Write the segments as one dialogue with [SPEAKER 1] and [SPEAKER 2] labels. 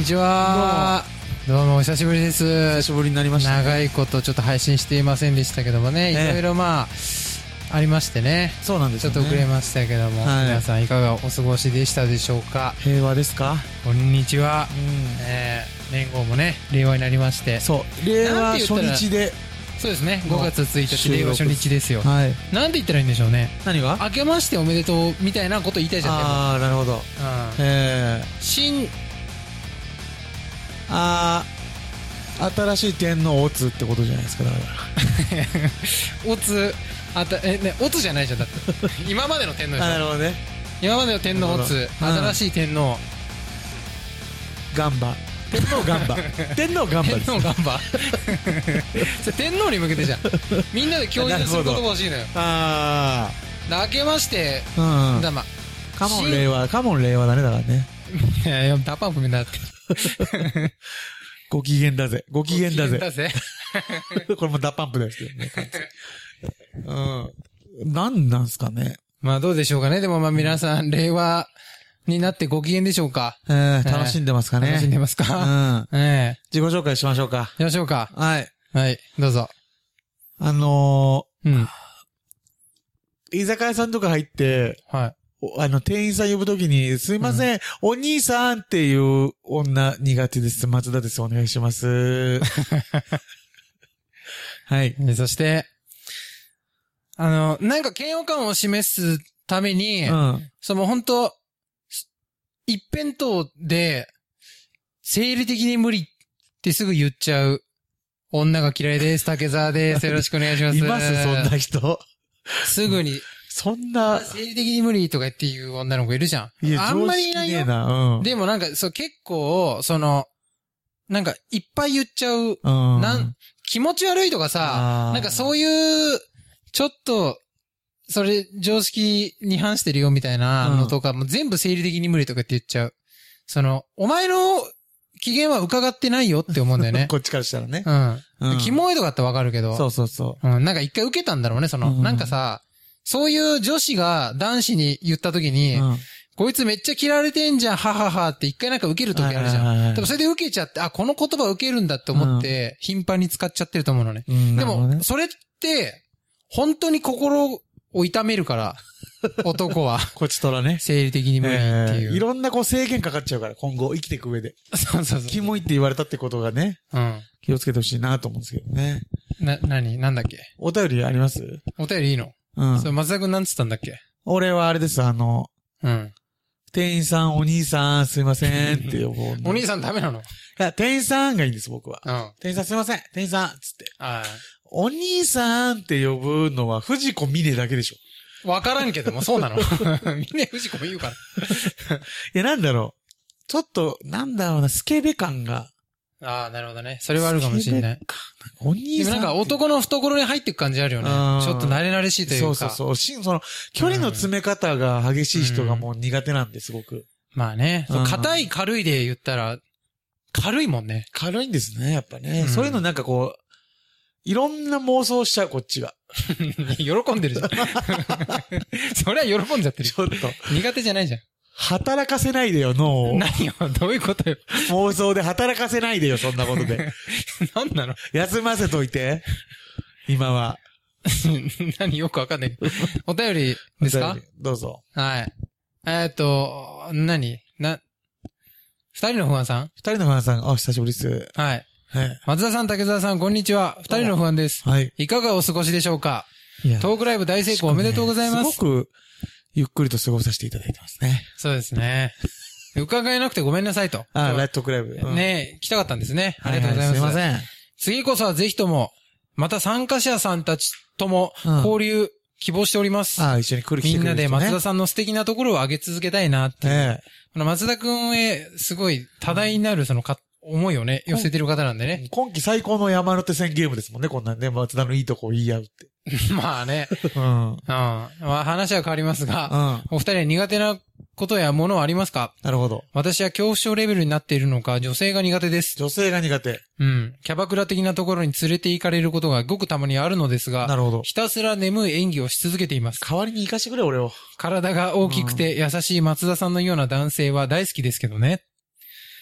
[SPEAKER 1] ちは。どうもお久しぶりです。
[SPEAKER 2] 久しぶりになりました、ね。
[SPEAKER 1] 長いことちょっと配信していませんでしたけどもね、いろいろありましてね。
[SPEAKER 2] そうなんですよね。
[SPEAKER 1] ちょっと遅れましたけども、はい、皆さんいかがお過ごしでしたでしょうか。
[SPEAKER 2] 平和ですか。
[SPEAKER 1] こんにちは。年号もね、令和になりまして。
[SPEAKER 2] そう、令和初日で。
[SPEAKER 1] そうですね、5月1日令和初日ですよ。
[SPEAKER 2] はい。
[SPEAKER 1] なんて言ったらいいんでしょうね。
[SPEAKER 2] 何が？
[SPEAKER 1] 明けましておめでとうみたいなこと言いたいじゃん。
[SPEAKER 2] ああ、なるほど。新しい天皇オツってことじゃないですか。だから
[SPEAKER 1] オツオツじゃないじゃん。だって今までの天皇でしょ。
[SPEAKER 2] なるほどね。
[SPEAKER 1] 今までの天皇オツ、新しい天皇
[SPEAKER 2] ガンバ、天皇ガンバ天皇ガンバです。
[SPEAKER 1] 天皇ガンバそれ天皇に向けてじゃん。みんなで共有する言葉欲しいのよ。ああ、明けまして、だま
[SPEAKER 2] カモン令和、カモン令和だね。だからね。
[SPEAKER 1] いやダパンプみんなって
[SPEAKER 2] ご機嫌だぜ。ご機嫌だぜ。これもダパンプですけどね。何なんすかね。
[SPEAKER 1] まあどうでしょうかね。でも皆さん、令和になってご機嫌でしょうか。
[SPEAKER 2] 楽しんでますかね。
[SPEAKER 1] 楽しんでますか。
[SPEAKER 2] 自己紹介しましょうか。
[SPEAKER 1] しましょうか。
[SPEAKER 2] はい。
[SPEAKER 1] はい、どうぞ。
[SPEAKER 2] 居酒屋さんとか入って、
[SPEAKER 1] はい。
[SPEAKER 2] 店員さん呼ぶときに、すいません、お兄さんっていう女苦手です。松田です。お願いします。はい。
[SPEAKER 1] そして、なんか嫌悪感を示すために、本当一辺倒で、生理的に無理ってすぐ言っちゃう女が嫌いです。竹澤です。よろしくお願いします。
[SPEAKER 2] いますそんな人。
[SPEAKER 1] すぐに。
[SPEAKER 2] そんな。
[SPEAKER 1] 生理的に無理とか言って言う女の子いるじゃん。
[SPEAKER 2] いや、あんまりいないよ。
[SPEAKER 1] でもなんか、結構、なんか、いっぱい言っちゃう。気持ち悪いとかさ、なんかそういう、ちょっと、それ、常識に反してるよみたいなのとか、もう全部生理的に無理とかって言っちゃう。お前の機嫌は伺ってないよって思うんだよね。
[SPEAKER 2] こっちからしたらね。
[SPEAKER 1] キモいとかってわかるけど。
[SPEAKER 2] そう。
[SPEAKER 1] なんか一回受けたんだろうね、なんかさ、そういう女子が男子に言った時に、こいつめっちゃ嫌われてんじゃん、はははって一回なんか受ける時あるじゃん。でもそれで受けちゃって、この言葉受けるんだって思って、頻繁に使っちゃってると思うのね。でも、それって、本当に心を痛めるから、男は。
[SPEAKER 2] こっちとらね。
[SPEAKER 1] 生理的に無理っていう。
[SPEAKER 2] いろんな制限かかっちゃうから、今後生きていく上で。
[SPEAKER 1] そう。
[SPEAKER 2] キモいって言われたってことがね。気をつけてほしいなと思うんですけどね。
[SPEAKER 1] なんだっけ？
[SPEAKER 2] お便りあります？
[SPEAKER 1] お便りいいの？それ松田くんなんつったんだっけ？
[SPEAKER 2] 俺はあれです、店員さん、お兄さん、すいませんって呼ぶ。
[SPEAKER 1] お兄さんダメなの？
[SPEAKER 2] いや、店員さんがいいんです、僕は。店員さんすいません、店員さん、つって。お兄さんって呼ぶのは、藤子峰だけでしょ。
[SPEAKER 1] わからんけども、そうなの。峰藤子も言うから。
[SPEAKER 2] いや、なんだろう。ちょっと、なんだろうな、スケベ感が。
[SPEAKER 1] なるほどね。それはあるかもしれない。
[SPEAKER 2] お兄さん。
[SPEAKER 1] でもなんか男の懐に入っていく感じあるよね。ちょっと慣れ慣れしいというか。
[SPEAKER 2] そう。距離の詰め方が激しい人がもう苦手なんですごく。
[SPEAKER 1] まあね。硬い軽いで言ったら、軽いもんね。
[SPEAKER 2] 軽いんですね、やっぱね。そういうのなんかいろんな妄想しちゃう、こっちが。
[SPEAKER 1] 喜んでるじゃん。それは喜んじゃってる。
[SPEAKER 2] ちょっと。
[SPEAKER 1] 苦手じゃないじゃん。
[SPEAKER 2] 働かせないでよ、脳を。
[SPEAKER 1] 何よ、どういうことよ。
[SPEAKER 2] 妄想で働かせないでよ、そんなことで。
[SPEAKER 1] 何なの？
[SPEAKER 2] 休ませといて。今は。
[SPEAKER 1] 何よくわかんない。お便りですか？
[SPEAKER 2] どうぞ。
[SPEAKER 1] はい。二人の不安さん？
[SPEAKER 2] 二人の不安さん、久しぶりです。
[SPEAKER 1] はい。松田さん、竹澤さん、こんにちは。二人の不安です。
[SPEAKER 2] はい。
[SPEAKER 1] いかがお過ごしでしょうか？トークライブ大成功おめでとうございます。
[SPEAKER 2] すごく、ゆっくりと過ごさせていただいてますね。
[SPEAKER 1] そうですね。伺えなくてごめんなさいと。
[SPEAKER 2] ライトクライブ。
[SPEAKER 1] ね来たかったんですね。ありがとうございます。
[SPEAKER 2] すいません。
[SPEAKER 1] 次こそはぜひとも、また参加者さんたちとも交流希望しております。
[SPEAKER 2] 一緒に来る
[SPEAKER 1] みんなで松田さんの素敵なところを上げ続けたいなって。松田くんへすごい多大になる思いをね、寄せてる方なんでね。
[SPEAKER 2] 今季最高の山手線ゲームですもんね、こんなんね。松田のいいとこを言い合うって。
[SPEAKER 1] まあね。まあ話は変わりますが、お二人は苦手なことやものはありますか？
[SPEAKER 2] なるほど。
[SPEAKER 1] 私は恐怖症レベルになっているのか、女性が苦手です。
[SPEAKER 2] 女性が苦手。
[SPEAKER 1] キャバクラ的なところに連れて行かれることがごくたまにあるのですが、
[SPEAKER 2] なるほど。
[SPEAKER 1] ひたすら眠い演技をし続けています。
[SPEAKER 2] 代わりに行かしてくれ、俺を。
[SPEAKER 1] 体が大きくて優しい松田さんのような男性は大好きですけどね。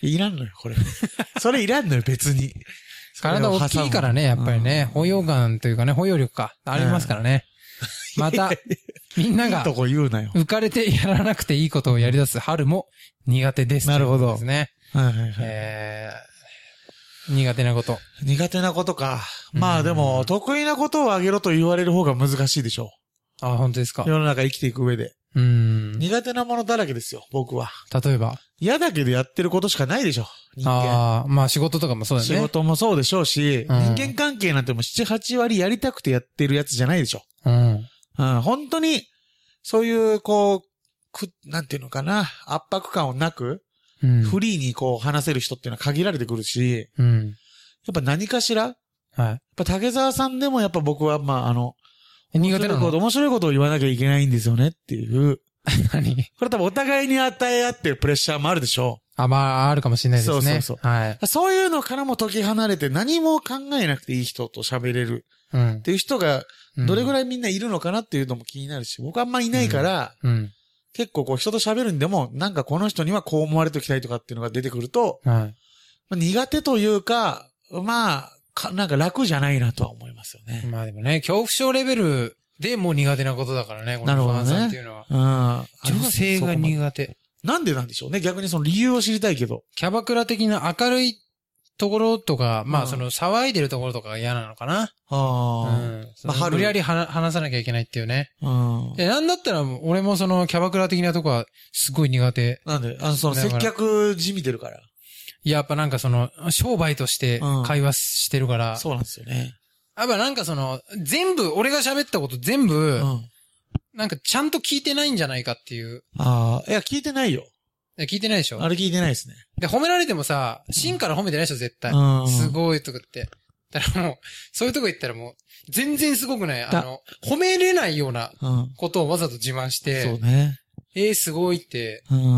[SPEAKER 2] いらんのよ、これ。それいらんのよ、別に。
[SPEAKER 1] 体大きいからね、やっぱりね、包容感というかね、包容力か、ありますからね。また、みんなが、浮かれてやらなくていいことをやり出す春も苦手です。
[SPEAKER 2] なるほど。
[SPEAKER 1] ですね。
[SPEAKER 2] はいはいはい。
[SPEAKER 1] 苦手なこと。
[SPEAKER 2] 苦手なことか。まあでも、得意なことをあげろと言われる方が難しいでしょ
[SPEAKER 1] う。あ、本当ですか。
[SPEAKER 2] 世の中生きていく上で。苦手なものだらけですよ、僕は。
[SPEAKER 1] 例えば
[SPEAKER 2] 嫌だけどやってることしかないでしょ、
[SPEAKER 1] 人間。ああ、まあ仕事とかもそうだね。
[SPEAKER 2] 仕事もそうでしょうし、人間関係なんても7、8割やりたくてやってるやつじゃないでしょ。本当に、そういう、なんていうのかな、圧迫感をなく、フリーに話せる人っていうのは限られてくるし、やっぱ何かしら、やっぱ竹澤さんでもやっぱ僕は、苦手なこと、面白いことを言わなきゃいけないんですよねっていう。
[SPEAKER 1] 何？
[SPEAKER 2] これ多分お互いに与え合ってるプレッシャーもあるでしょう。
[SPEAKER 1] まあ、あるかもしれないですね。
[SPEAKER 2] そう。はい。そういうのからも解き離れて何も考えなくていい人と喋れる。っていう人が、どれぐらいみんないるのかなっていうのも気になるし、僕あんまいないから、結構人と喋るんでも、なんかこの人にはこう思われておきたいとかっていうのが出てくると、苦手というか、なんか楽じゃないなとは思いますよね。
[SPEAKER 1] まあでもね、恐怖症レベルでもう苦手なことだからね、この不安さんっていうのは。女性が苦手。
[SPEAKER 2] なんでなんでしょうね。逆にその理由を知りたいけど。
[SPEAKER 1] キャバクラ的な明るいところとか、その騒いでるところとかが嫌なのかな。無理やり話さなきゃいけないっていうね。なんだったら俺もそのキャバクラ的なとこはすごい苦手。
[SPEAKER 2] なんでその接客じみてるから。
[SPEAKER 1] やっぱなんかその、商売として会話してるから。
[SPEAKER 2] そうなんですよね。
[SPEAKER 1] やっぱなんかその、全部、俺が喋ったこと全部、なんかちゃんと聞いてないんじゃないかっていう。
[SPEAKER 2] いや、聞いてないよ。
[SPEAKER 1] 聞いてないでしょ？
[SPEAKER 2] あれ聞いてないですね。
[SPEAKER 1] で、褒められてもさ、芯から褒めてないでしょ、絶対。すごいとかって。だからもう、そういうとこ行ったらもう、全然すごくない。褒めれないようなことをわざと自慢して、
[SPEAKER 2] そうね。
[SPEAKER 1] すごいって、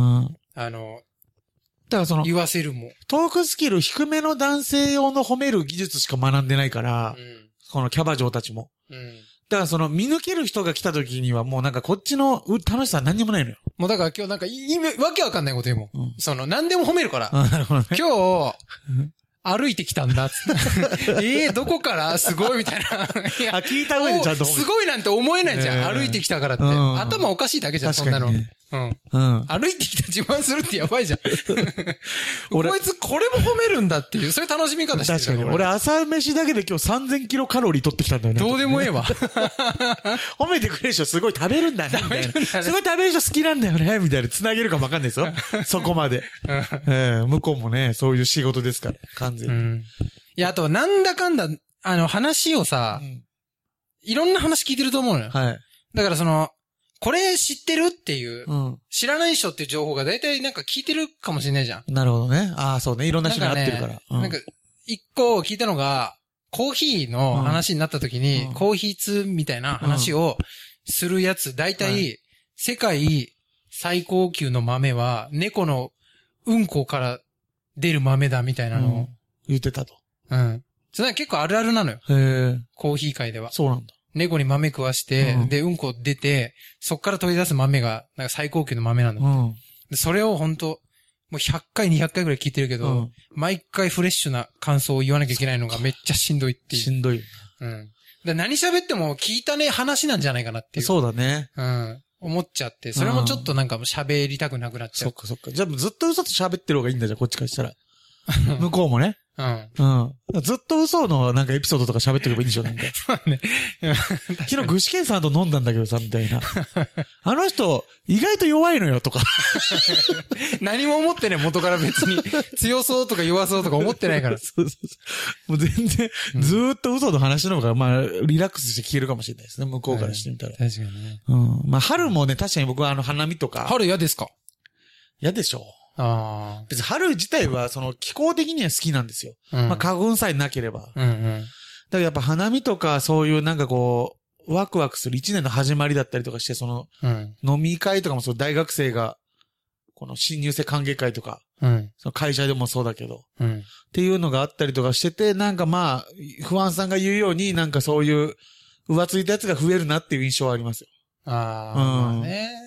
[SPEAKER 2] だから
[SPEAKER 1] 言わせるもん。
[SPEAKER 2] トークスキル低めの男性用の褒める技術しか学んでないから、このキャバ嬢たちも。だから見抜ける人が来た時にはもうなんかこっちの楽しさは何にもないのよ。
[SPEAKER 1] もうだから今日なんかわけわかんないこと言うもん。何でも褒めるから。
[SPEAKER 2] なるほどね。
[SPEAKER 1] 今日、歩いてきたんだっつって。どこからすごいみたいな。
[SPEAKER 2] 聞いた上でちゃんと。
[SPEAKER 1] すごいなんて思えないじゃん。歩いてきたからって。頭おかしいだけじゃん、そんなの。歩いてきた自慢するってやばいじゃん。こいつこれも褒めるんだっていう、そういう楽しみ方してる。
[SPEAKER 2] 確かに。俺朝飯だけで今日3000キロカロリー取ってきたんだよね。
[SPEAKER 1] どうでもええわ。
[SPEAKER 2] 褒めてくれる人すごい食べるんだね。みたいな。すごい食べる人好きなんだよね。みたいな。繋げるかもわかんないですよ。そこまで。向こうもね、そういう仕事ですから。完全に。
[SPEAKER 1] いや、あと、なんだかんだ、話をさ、いろんな話聞いてると思うのよ。
[SPEAKER 2] はい。
[SPEAKER 1] だからこれ知ってるっていう、知らない人っていう情報が大体なんか聞いてるかもしれないじゃん。
[SPEAKER 2] なるほどね。そうね。いろんな人に会ってるから。
[SPEAKER 1] なんか、一個聞いたのが、コーヒーの話になった時に、コーヒー通みたいな話をするやつ、大体、世界最高級の豆は、猫のうんこから出る豆だみたいなのを、
[SPEAKER 2] 言ってたと。
[SPEAKER 1] それは結構あるあるなのよ。コーヒー界では。
[SPEAKER 2] そうなんだ。
[SPEAKER 1] 猫に豆食わして、で、うんこ出て、そっから取り出す豆が、なんか最高級の豆なんだ。でそれを本当もう100回、200回ぐらい聞いてるけど、毎回フレッシュな感想を言わなきゃいけないのがめっちゃしんどいっていう。
[SPEAKER 2] しんどい。
[SPEAKER 1] で何喋っても聞いたね話なんじゃないかなっていう。
[SPEAKER 2] そうだね。
[SPEAKER 1] 思っちゃって、それもちょっとなんかもう喋りたくなくなっちゃう。
[SPEAKER 2] そっか。じゃあずっと嘘と喋ってる方がいいんだじゃん、こっちからしたら。向こうもね。ずっと嘘のなんかエピソードとか喋っておけばいいんでしょ、なんか。
[SPEAKER 1] そうね。
[SPEAKER 2] 昨日具志堅さんと飲んだんだけどさ、みたいな。あの人、意外と弱いのよ、とか。
[SPEAKER 1] 何も思ってね、元から別に。強そうとか弱そうとか思ってないから。
[SPEAKER 2] そう。もう全然、ずーっと嘘の話の方が、リラックスして聞けるかもしれないですね、向こうからしてみたら。
[SPEAKER 1] 確かにね。
[SPEAKER 2] 春もね、確かに僕は花見とか。
[SPEAKER 1] 春嫌ですか？
[SPEAKER 2] 嫌でしょ。別に春自体は、気候的には好きなんですよ。花粉さえなければ。だからやっぱ花見とか、そういうなんかワクワクする一年の始まりだったりとかして、飲み会とかも大学生が、この新入生歓迎会とか、その会社でもそうだけど、っていうのがあったりとかしてて、なんか不安さんが言うように、なんかそういう、浮ついたやつが増えるなっていう印象はありますよ。
[SPEAKER 1] まあね。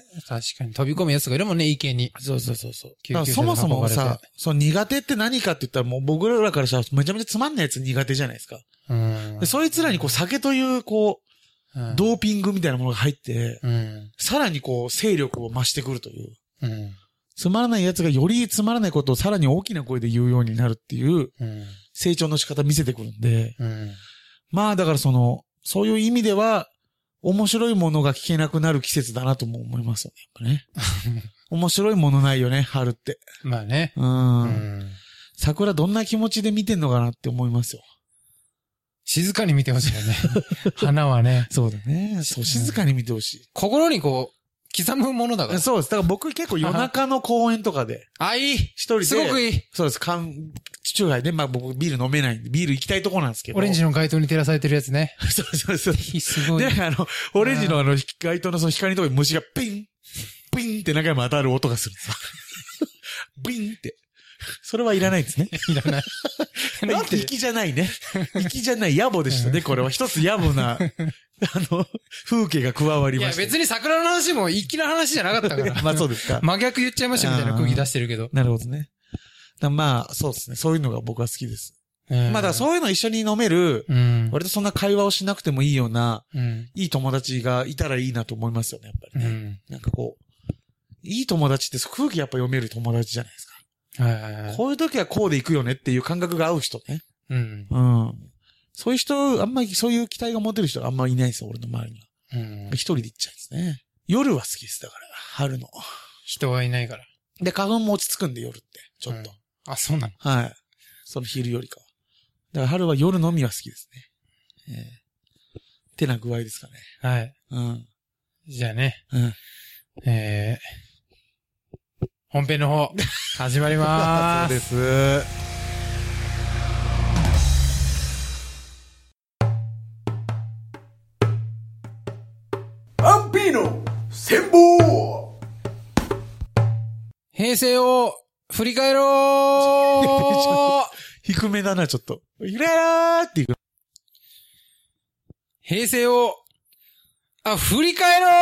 [SPEAKER 1] 確かに。飛び込むやつがいるもんね、池に。
[SPEAKER 2] そうそうそう。だからそもそもさ、その苦手って何かって言ったらもう僕らからしたらめちゃめちゃつまんないやつ苦手じゃないですか。でそいつらにこう酒というこう、ドーピングみたいなものが入って、さらにこう勢力を増してくるという。つまらないやつがよりつまらないことをさらに大きな声で言うようになるっていう、成長の仕方見せてくるんで、まあだからそういう意味では、面白いものが聞けなくなる季節だなとも思いますよね。やっぱね。面白いものないよね、春って。
[SPEAKER 1] まあね。
[SPEAKER 2] 桜どんな気持ちで見てんのかなって思いますよ。
[SPEAKER 1] 静かに見てほしいよね。花はね。
[SPEAKER 2] そうだね。そう、静かに見てほしい。
[SPEAKER 1] 心にこう、刻むものだから。
[SPEAKER 2] そうです。だから僕結構夜中の公園とかで。
[SPEAKER 1] いい
[SPEAKER 2] 一人で。
[SPEAKER 1] すごくいい。
[SPEAKER 2] そうです。チューハイで、まあ僕ビール飲めないんで、ビール行きたいとこなんですけど。
[SPEAKER 1] オレンジの街灯に照らされてるやつね。
[SPEAKER 2] そう。
[SPEAKER 1] すごい。
[SPEAKER 2] で、オレンジの街灯のその光のところに虫がピンって何回も当たる音がするんですよ。ビンって。それはいらないですね。
[SPEAKER 1] いらない。
[SPEAKER 2] なんて粋じゃないね。粋じゃない野暮でしたね、これは。一つ野暮な、風景が加わりました。
[SPEAKER 1] いや別に桜の話も粋な話じゃなかったから。
[SPEAKER 2] まあそうですか。
[SPEAKER 1] 真逆言っちゃいましたみたいな空気出してるけど。
[SPEAKER 2] なるほどね。まあ、そうですね。そういうのが僕は好きです。まあだからそういうの一緒に飲める、割とそんな会話をしなくてもいいような、いい友達がいたらいいなと思いますよね、やっぱりね。なんかこう、いい友達って空気やっぱ読める友達じゃないですか。こういう時はこうで行くよねっていう感覚が合う人ね。そういう人、あんまりそういう期待が持てる人があんまりいないんですよ、俺の周りには。一人で行っちゃうんですね。夜は好きです、だから。春の。
[SPEAKER 1] 人はいないから。
[SPEAKER 2] で、花粉も落ち着くんで夜って、ちょっと。
[SPEAKER 1] あ、そうなの？
[SPEAKER 2] はい。その昼よりかは。だから春は夜のみは好きですね。ってな具合ですかね。
[SPEAKER 1] はい。じゃあね。本編の方、始まりまーす。
[SPEAKER 2] そうです。
[SPEAKER 3] アンピーノ戦法
[SPEAKER 1] 平成を振り返ろう
[SPEAKER 2] 低めだな、ちょっと。振り返ろーっていう。
[SPEAKER 1] 平成を、振り返ろう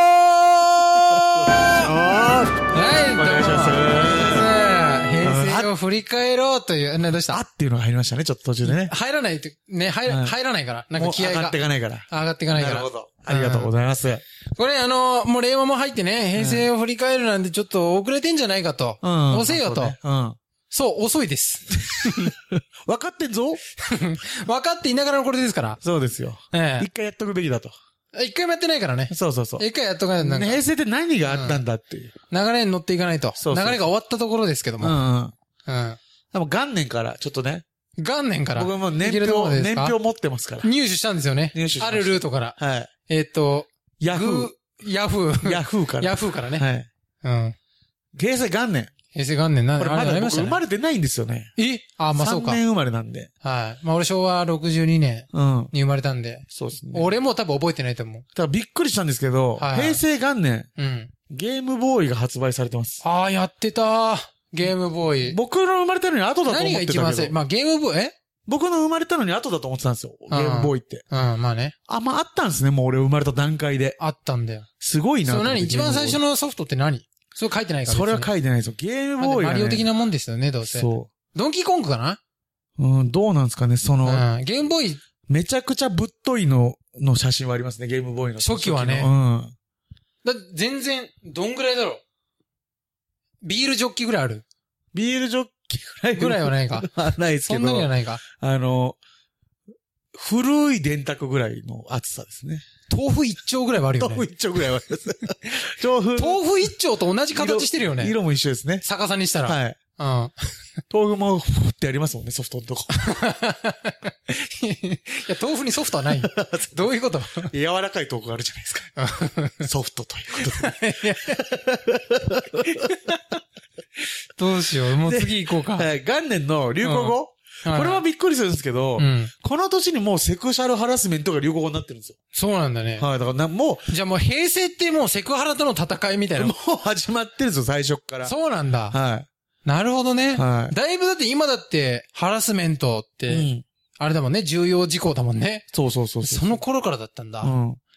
[SPEAKER 1] はい、
[SPEAKER 2] お願いします。
[SPEAKER 1] 平成を振り返ろうという、どうした
[SPEAKER 2] っていうのが入りましたね、ちょっと途中でね。
[SPEAKER 1] 入らないって、ね、入らないから。なんか気合が。
[SPEAKER 2] 上がっていかないから。
[SPEAKER 1] 上がっていかないから。
[SPEAKER 2] なるほど。ありがとうございます。
[SPEAKER 1] これもう令和も入ってね、平成を振り返るなんてちょっと遅れてんじゃないかと。遅いよと。そう、遅いです。
[SPEAKER 2] 分かってんぞ
[SPEAKER 1] 分かっていながらのこれですから。
[SPEAKER 2] そうですよ。一回やっとくべきだと。
[SPEAKER 1] 一回もやってないからね。
[SPEAKER 2] そう。
[SPEAKER 1] 一回やっとかないと。
[SPEAKER 2] 平成って何があったんだっていう。
[SPEAKER 1] 流れに乗っていかないと。流れが終わったところですけども。
[SPEAKER 2] でも元年からちょっとね。
[SPEAKER 1] 元年から。
[SPEAKER 2] 僕も年表持ってますから。
[SPEAKER 1] 入手したんですよね。あるルートから。
[SPEAKER 2] はい。
[SPEAKER 1] ヤフーから。ヤフーからね。
[SPEAKER 2] はい。平成元年。
[SPEAKER 1] 平成元年
[SPEAKER 2] これまだ僕生まれてないんですよね。
[SPEAKER 1] まあそうか。
[SPEAKER 2] 3年生まれなんで。
[SPEAKER 1] はい。まあ俺昭和62年に生まれたんで。
[SPEAKER 2] そうですね。
[SPEAKER 1] 俺も多分覚えてないと思う。
[SPEAKER 2] だからびっくりしたんですけど、平成元年。ゲームボーイが発売されてます。
[SPEAKER 1] やってたゲームボーイ。
[SPEAKER 2] 僕の生まれたのに後だと思ってたけど。何が一番
[SPEAKER 1] まあゲームボーイ、
[SPEAKER 2] 僕の生まれたのに後だと思ってたんですよ。ゲームボーイって。
[SPEAKER 1] まあね。
[SPEAKER 2] あったんですね。もう俺生まれた段階で。
[SPEAKER 1] あったんだよ。
[SPEAKER 2] すごいな。
[SPEAKER 1] 一番最初のソフトって何？それ書いてないから。
[SPEAKER 2] それは書いてないですよ。ゲームボーイ
[SPEAKER 1] マリオ的なもんですよね、どうせ。
[SPEAKER 2] そう。
[SPEAKER 1] ドンキーコングかな？
[SPEAKER 2] どうなんですかね、
[SPEAKER 1] ゲームボーイ。
[SPEAKER 2] めちゃくちゃぶっといの写真はありますね、ゲームボーイの。
[SPEAKER 1] 初期はね。全然、どんぐらいだろう。ビールジョッキぐらいある？
[SPEAKER 2] ビールジョッキ
[SPEAKER 1] ぐらいはないか。
[SPEAKER 2] ないですけど。
[SPEAKER 1] そんなにはないか。
[SPEAKER 2] 古い電卓ぐらいの厚さですね。
[SPEAKER 1] 豆腐一丁ぐらいはあるよね。
[SPEAKER 2] 豆腐一丁ぐらいはあります。
[SPEAKER 1] 豆腐一丁と同じ形してるよね。
[SPEAKER 2] 色も一緒ですね。
[SPEAKER 1] 逆さにしたら。
[SPEAKER 2] はい。豆腐もふってありますもんね、ソフトのとこ。
[SPEAKER 1] いや、豆腐にソフトはない。どういうこと？
[SPEAKER 2] 柔らかい豆腐があるじゃないですか。ソフトということで。
[SPEAKER 1] どうしよう。もう次行こうか。
[SPEAKER 2] 元年の流行語、これはびっくりするんですけど、この年にもうセクシャルハラスメントが流行語になってるんですよ。
[SPEAKER 1] そうなんだね。
[SPEAKER 2] はい。だからも
[SPEAKER 1] う。じゃあもう平成ってもうセクハラとの戦いみたいな。
[SPEAKER 2] もう始まってるんですよ、最初から。
[SPEAKER 1] そうなんだ。
[SPEAKER 2] はい。
[SPEAKER 1] なるほどね。
[SPEAKER 2] はい。
[SPEAKER 1] だいぶだって今だってハラスメントって、あれだもんね、重要事項だもんね。
[SPEAKER 2] そう。
[SPEAKER 1] その頃からだったんだ。な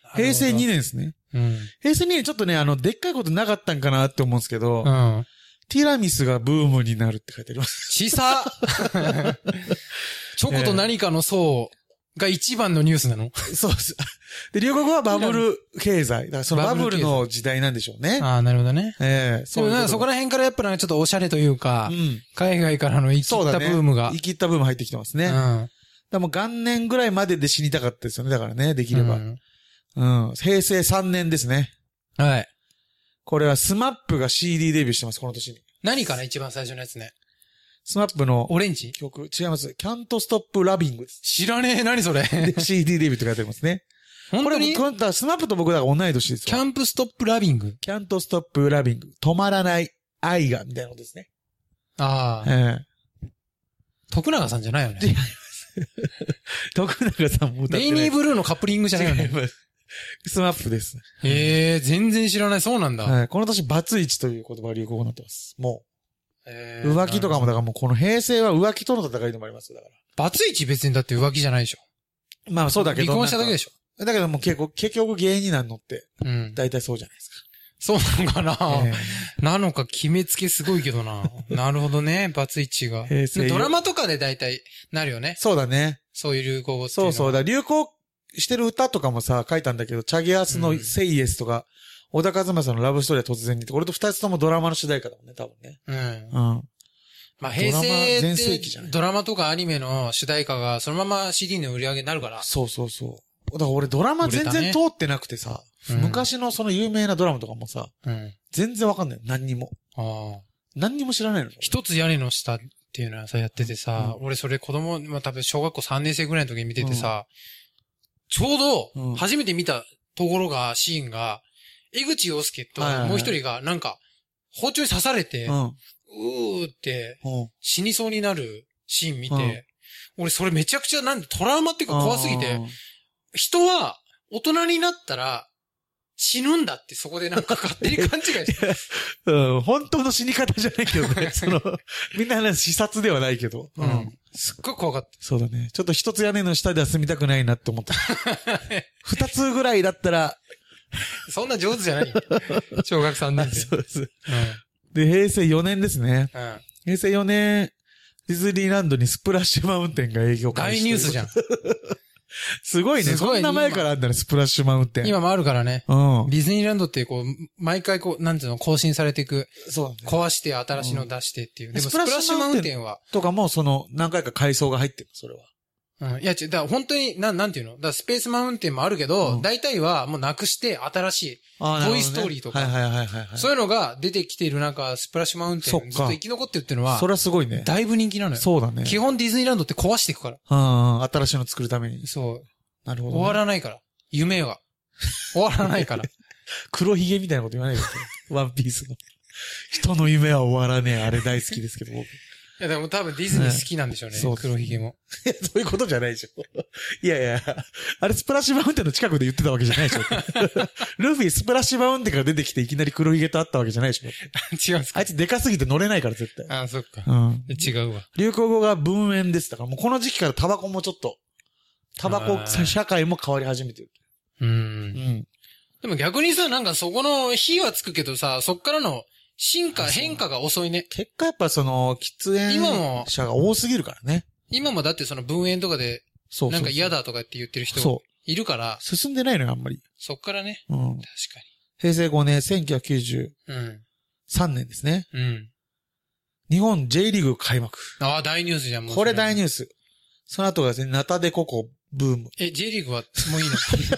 [SPEAKER 2] 平成2年ですね。平成2年ちょっとね、でっかいことなかったんかなって思うんですけど、ティラミスがブームになるって書いてあります。
[SPEAKER 1] 小さチョコと何かの層が一番のニュースなの？
[SPEAKER 2] そうです。で、両国はバブル経済。だからそのバブルの時代なんでしょうね。
[SPEAKER 1] ああ、なるほどね。
[SPEAKER 2] そう。
[SPEAKER 1] そこら辺からやっぱちょっとおしゃれというか、海外からの生きったブームが。
[SPEAKER 2] 生きったブーム入ってきてますね。でも元年ぐらいまでで死にたかったですよね。だからね、できれば。平成3年ですね。
[SPEAKER 1] はい。
[SPEAKER 2] これはスマップが CD デビューしてます、この年に。
[SPEAKER 1] 何かな一番最初のやつね。
[SPEAKER 2] スマップの
[SPEAKER 1] オレンジ
[SPEAKER 2] 曲、違います。Can't Stop Loving です。
[SPEAKER 1] 知らねえ、何それ。
[SPEAKER 2] CD デビューって書いてありますね。
[SPEAKER 1] 本当に
[SPEAKER 2] これ、スマップと僕だから同い年ですよ。
[SPEAKER 1] Can't Stop Loving
[SPEAKER 2] Can't Stop Loving 止まらない愛が、みたいなのですね。
[SPEAKER 1] ああ。徳永さんじゃないよね。
[SPEAKER 2] 徳永さんも歌って
[SPEAKER 1] レイニーブルーのカップリングじゃないよね。
[SPEAKER 2] スマップです。
[SPEAKER 1] 全然知らない。そうなんだ。
[SPEAKER 2] はい。この年、バツイチという言葉が流行語になってます。もう。浮気とかも、だからもうこの平成は浮気との戦いでもありますよ、だから。
[SPEAKER 1] バツイチ別にだって浮気じゃないでしょ。
[SPEAKER 2] まあそうだけど。
[SPEAKER 1] 離婚しただけでしょ。
[SPEAKER 2] だけどもう結局芸人なんのって、大体そうじゃないですか。
[SPEAKER 1] そうなのかな、なのか決めつけすごいけどな。なるほどね、バツイチが。ドラマとかで大体なるよね。
[SPEAKER 2] そうだね。
[SPEAKER 1] そういう流行語って
[SPEAKER 2] いうのは。そうだ、流行してる歌とかもさ、書いたんだけど、チャゲアスのセイエスとか、小田和正のラブストーリーは突然にって、これと二つともドラマの主題歌だもんね、多分ね。
[SPEAKER 1] まあ平成ってドラマとかアニメの主題歌がそのまま CD の売り上げになるから。
[SPEAKER 2] そう。だから俺ドラマ全然通ってなくてさ、昔のその有名なドラマとかもさ、全然わかんない。何にも。何にも知らないの。
[SPEAKER 1] 一つ屋根の下っていうのはさ、やっててさ、俺それ子供、まあ多分小学校3年生ぐらいの時に見ててさ、ちょうど初めて見たところが、シーンが、江口洋介ともう一人がなんか包丁に刺されて、うーって死にそうになるシーン見て、俺それめちゃくちゃトラウマっていうか怖すぎて、人は大人になったら死ぬんだってそこでなんか勝手に勘違いして。
[SPEAKER 2] 本当の死に方じゃないけどね。みんな話視察ではないけど。
[SPEAKER 1] すっごい怖かった。
[SPEAKER 2] そうだね。ちょっと一つ屋根の下では住みたくないなって思った。二つぐらいだったら。
[SPEAKER 1] そんな上手じゃない小学3年生。
[SPEAKER 2] そうです。で、平成4年ですね。平成4年、ディズニーランドにスプラッシュマウンテンが営業開始。
[SPEAKER 1] 大ニュースじゃん。
[SPEAKER 2] すごいね。そんな前からあんだね、スプラッシュマウンテン。
[SPEAKER 1] 今もあるからね。ディズニーランドってこう、毎回こう、なんていうの、更新されていく。そうだね。壊して新しいの出してっていう。でもスプラッシュマウンテンは。
[SPEAKER 2] とかも、何回か改装が入ってる、それは。
[SPEAKER 1] いや、だから本当に、なんていうの？だからスペースマウンテンもあるけど、大体はもうなくして新しい、トイストーリーとか。そういうのが出てきているスプラッシュマウンテン、ずっと生き残ってるっていうのは、
[SPEAKER 2] それはすごいね。
[SPEAKER 1] だいぶ人気なのよ。
[SPEAKER 2] そうだね。
[SPEAKER 1] 基本ディズニーランドって壊していくから。
[SPEAKER 2] 新しいの作るために。
[SPEAKER 1] そう。
[SPEAKER 2] なるほど。
[SPEAKER 1] 終わらないから。夢は。終わらないから。
[SPEAKER 2] 黒ひげみたいなこと言わないでワンピースの。人の夢は終わらねえ。あれ大好きですけど、僕。
[SPEAKER 1] いや、でも多分ディズニー好きなんでしょうね。そう。黒ひげも。
[SPEAKER 2] そういうことじゃないでしょ。いや、あれスプラッシュマウンテンの近くで言ってたわけじゃないでしょ。ルフィスプラッシュマウンテンから出てきていきなり黒ひげと会ったわけじゃないでしょ。
[SPEAKER 1] 違うんすか？
[SPEAKER 2] あいつでかすぎて乗れないから絶対。
[SPEAKER 1] ああ、そっか。違うわ。
[SPEAKER 2] 流行語が分煙です。だからもうこの時期からタバコもちょっと、タバコ社会も変わり始めてる。
[SPEAKER 1] でも逆にさ、なんかそこの火はつくけどさ、そっからの変化が遅いね。
[SPEAKER 2] 結果やっぱ喫煙者が多すぎるからね。
[SPEAKER 1] 今もだって分煙とかで、なんか嫌だとかって言ってる人いるから。
[SPEAKER 2] 進んでないのよ、あんまり。
[SPEAKER 1] そっからね。確かに。
[SPEAKER 2] 平成5年、1993年ですね。日本 J リーグ開幕。
[SPEAKER 1] ああ、大ニュースじゃん、もう。
[SPEAKER 2] これ大ニュース。その後がですね、ナタデココブーム。
[SPEAKER 1] J リーグはもういいの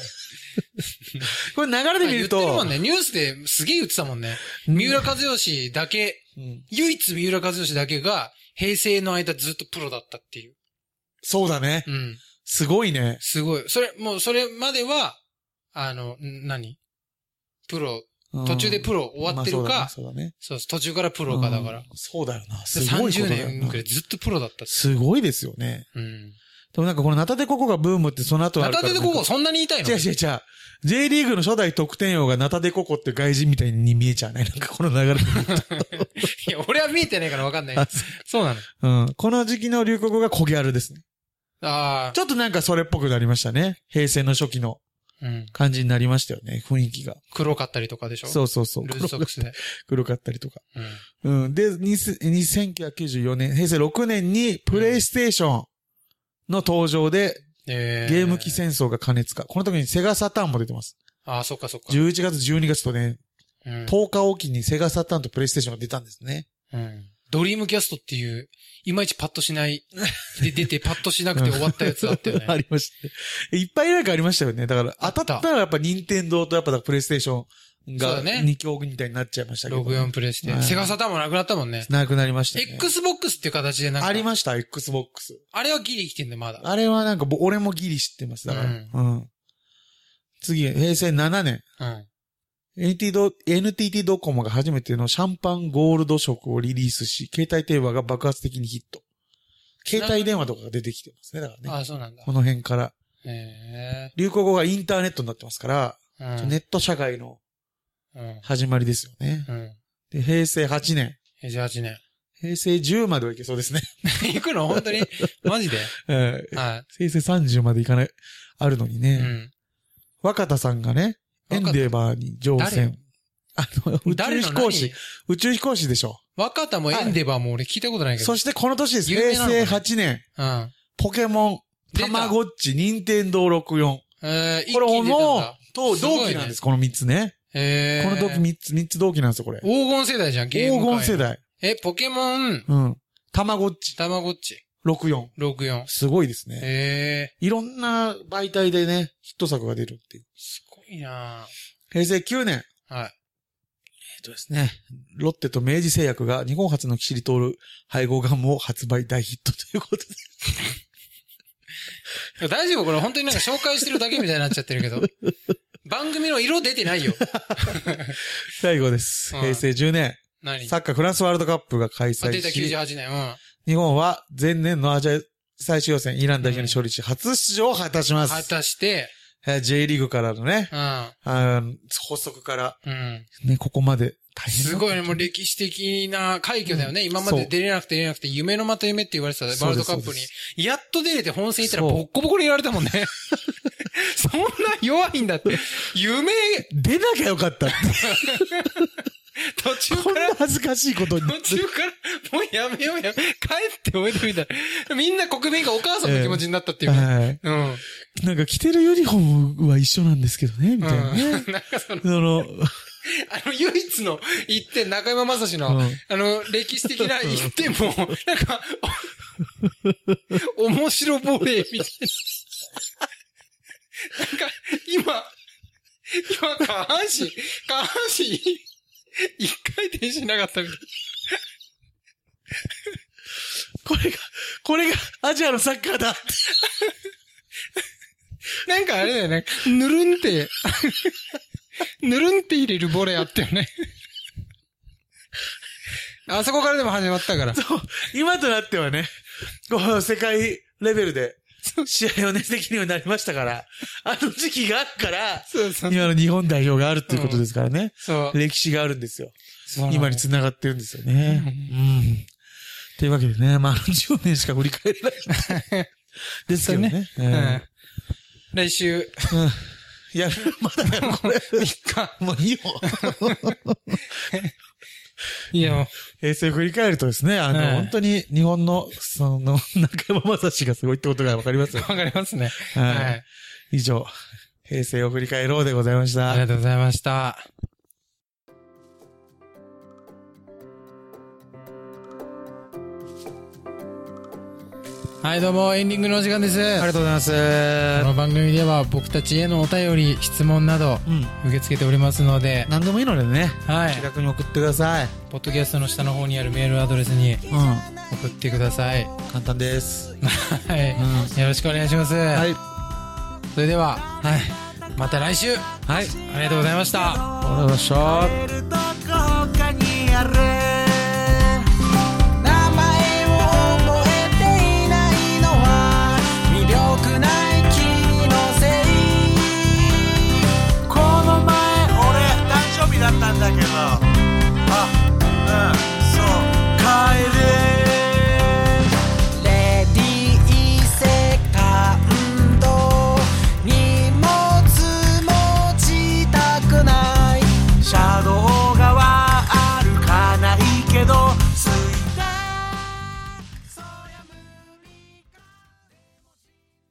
[SPEAKER 2] これ流れで見ると。
[SPEAKER 1] 言ってるもんね。ニュースですげえ言ってたもんね。三浦和義だけ、唯一三浦和義だけが平成の間ずっとプロだったっていう。
[SPEAKER 2] そうだね。すごいね。
[SPEAKER 1] すごい。それまでは、プロ、途中でプロ終わってるか、そうだね。そう、途中からプロかだから。
[SPEAKER 2] そうだよな。すごいことだよな。
[SPEAKER 1] 30年くらいずっとプロだった。
[SPEAKER 2] すごいですよね。でもなんかこのナタデココがブームってその後あるから。
[SPEAKER 1] ナタデココそんなに言いたいの？
[SPEAKER 2] 違う。J リーグの初代得点王がナタデココって外人みたいに見えちゃうね。なんかこの流れで。
[SPEAKER 1] いや、俺は見えてないから分かんない。そうな
[SPEAKER 2] の。この時期の流行語がコギャルですね。ちょっとなんかそれっぽくなりましたね。平成の初期の。 感じになりましたよね、雰囲気が。
[SPEAKER 1] 黒かったりとかでしょ？そう
[SPEAKER 2] そうそう。
[SPEAKER 1] ルーズソックスで。
[SPEAKER 2] 黒かったりとか。うん。で、1994年、平成6年にプレイステーションの登場で、ゲーム機戦争が過熱化。この時にセガサターンも出てます。
[SPEAKER 1] ああ、そっかそっか。
[SPEAKER 2] 11月、12月とね、10日おきにセガサターンとプレイステーションが出たんですね。
[SPEAKER 1] ドリームキャストっていう、いまいちパッとしない、で出てパッとしなくて終わったやつあったよね。
[SPEAKER 2] ありました。いっぱいなんかありましたよね。だから当たったらやっぱ任天堂とやっぱプレイステーションが2強みたいになっちゃいましたけど、ね。
[SPEAKER 1] 64プレイステ。セガサターンもなくなったもんね。
[SPEAKER 2] なくなりましたね。
[SPEAKER 1] Xbox っていう形でなんか。
[SPEAKER 2] ありました、Xbox。
[SPEAKER 1] あれはギリ生きてんだよ、まだ。
[SPEAKER 2] あれはなんか俺もギリ知ってます。だから。次、平成7年。NTT ドコモが初めてのシャンパンゴールド色をリリースし、携帯電話が爆発的にヒット。携帯電話とかが出てきてますね、だからね。
[SPEAKER 1] あ、そうなんだ。
[SPEAKER 2] この辺から。流行語がインターネットになってますから、ネット社会の始まりですよね。で、平成8年。
[SPEAKER 1] 平成8年。
[SPEAKER 2] 平成10まではいけそうですね。
[SPEAKER 1] 行くの本当にマジで
[SPEAKER 2] 平成30までいかない、あるのにね。若田さんがね、エンデーバーに乗船。宇宙飛行士でしょ。
[SPEAKER 1] 若田もエンデーバーも俺聞いたことないけど。
[SPEAKER 2] そしてこの年です。平成8年。ポケモン、たまごっち、任天堂64。これもう、同期なんです、この3つね。この同期3つ同期なんですよ、これ。
[SPEAKER 1] 黄金世代じゃん、ゲーム界。
[SPEAKER 2] 黄金世代。
[SPEAKER 1] ポケモン。
[SPEAKER 2] たまごっち。64。すごいですね。いろんな媒体でね、ヒット作が出るっていう。
[SPEAKER 1] すごいな
[SPEAKER 2] 平成9年。ですね。ロッテと明治製薬が日本初のキシリトール配合ガムを発売大ヒットということ
[SPEAKER 1] で。大丈夫？これ本当になんか紹介してるだけみたいになっちゃってるけど。番組の色出てないよ。
[SPEAKER 2] 最後です。平成10年。サッカーフランスワールドカップが開催し。
[SPEAKER 1] 出た98年。
[SPEAKER 2] 日本は前年のアジア最終予選イラン代表に勝利し、初出場を果たします。
[SPEAKER 1] 果たして、
[SPEAKER 2] J リーグからのね、発足から、ね、ここまで大変
[SPEAKER 1] すごいね、もう歴史的な快挙だよね。今まで出れなくて夢のまた夢って言われてたワールドカップに。やっと出れて本戦行ったらボッコボコに言われたもんね。そんな弱いんだって。夢、
[SPEAKER 2] 出なきゃよかったって。
[SPEAKER 1] 途中から。
[SPEAKER 2] こんな恥ずかしいことに。
[SPEAKER 1] 途中から、もうやめよう帰っておいてみたら。みんな国民がお母さんの気持ちになったっていう。
[SPEAKER 2] なんか着てるユニフォームは一緒なんですけどね、みたいなね。なんか
[SPEAKER 1] 唯一の一点、中山雅史の、歴史的な一点も、なんか、面白ボレーみたいな。なんか、今、下半身、一回転しなかったみたい。
[SPEAKER 2] これがアジアのサッカーだ。
[SPEAKER 1] なんかあれだよね。ぬるんって入れるボレーあったよね。あそこからでも始まったから。
[SPEAKER 2] そう。今となってはね、世界レベルで試合をね、できるようになりましたから、あの時期があるから、今の日本代表があるっていうことですからね。歴史があるんですよ。今に繋がってるんですよね。というわけでね、10年しか振り返れない。ですけどね。
[SPEAKER 1] 来週。
[SPEAKER 2] いや、まだやろ、これ。
[SPEAKER 1] 3日。
[SPEAKER 2] もういいよ。
[SPEAKER 1] いや、
[SPEAKER 2] 平成を振り返るとですね、本当に日本の、中山雅史がすごいってことがわかりますよ。
[SPEAKER 1] わかりますね。
[SPEAKER 2] はい。以上、平成を振り返ろうでございました。
[SPEAKER 1] ありがとうございました。はい、どうも、エンディングのお時間です。
[SPEAKER 2] ありがとうございます。
[SPEAKER 1] この番組では僕たちへのお便り、質問など、受け付けておりますので。
[SPEAKER 2] 何でもいいのでね。はい。気楽に送ってください。
[SPEAKER 1] ポッドキャストの下の方にあるメールアドレスに、送ってください。
[SPEAKER 2] 簡単です。
[SPEAKER 1] はい。よろしくお願いします。はい。それでは、はい。また来週。はい。ありがとうございました。
[SPEAKER 2] ありがとうございました。だったんだけど、そう、帰れ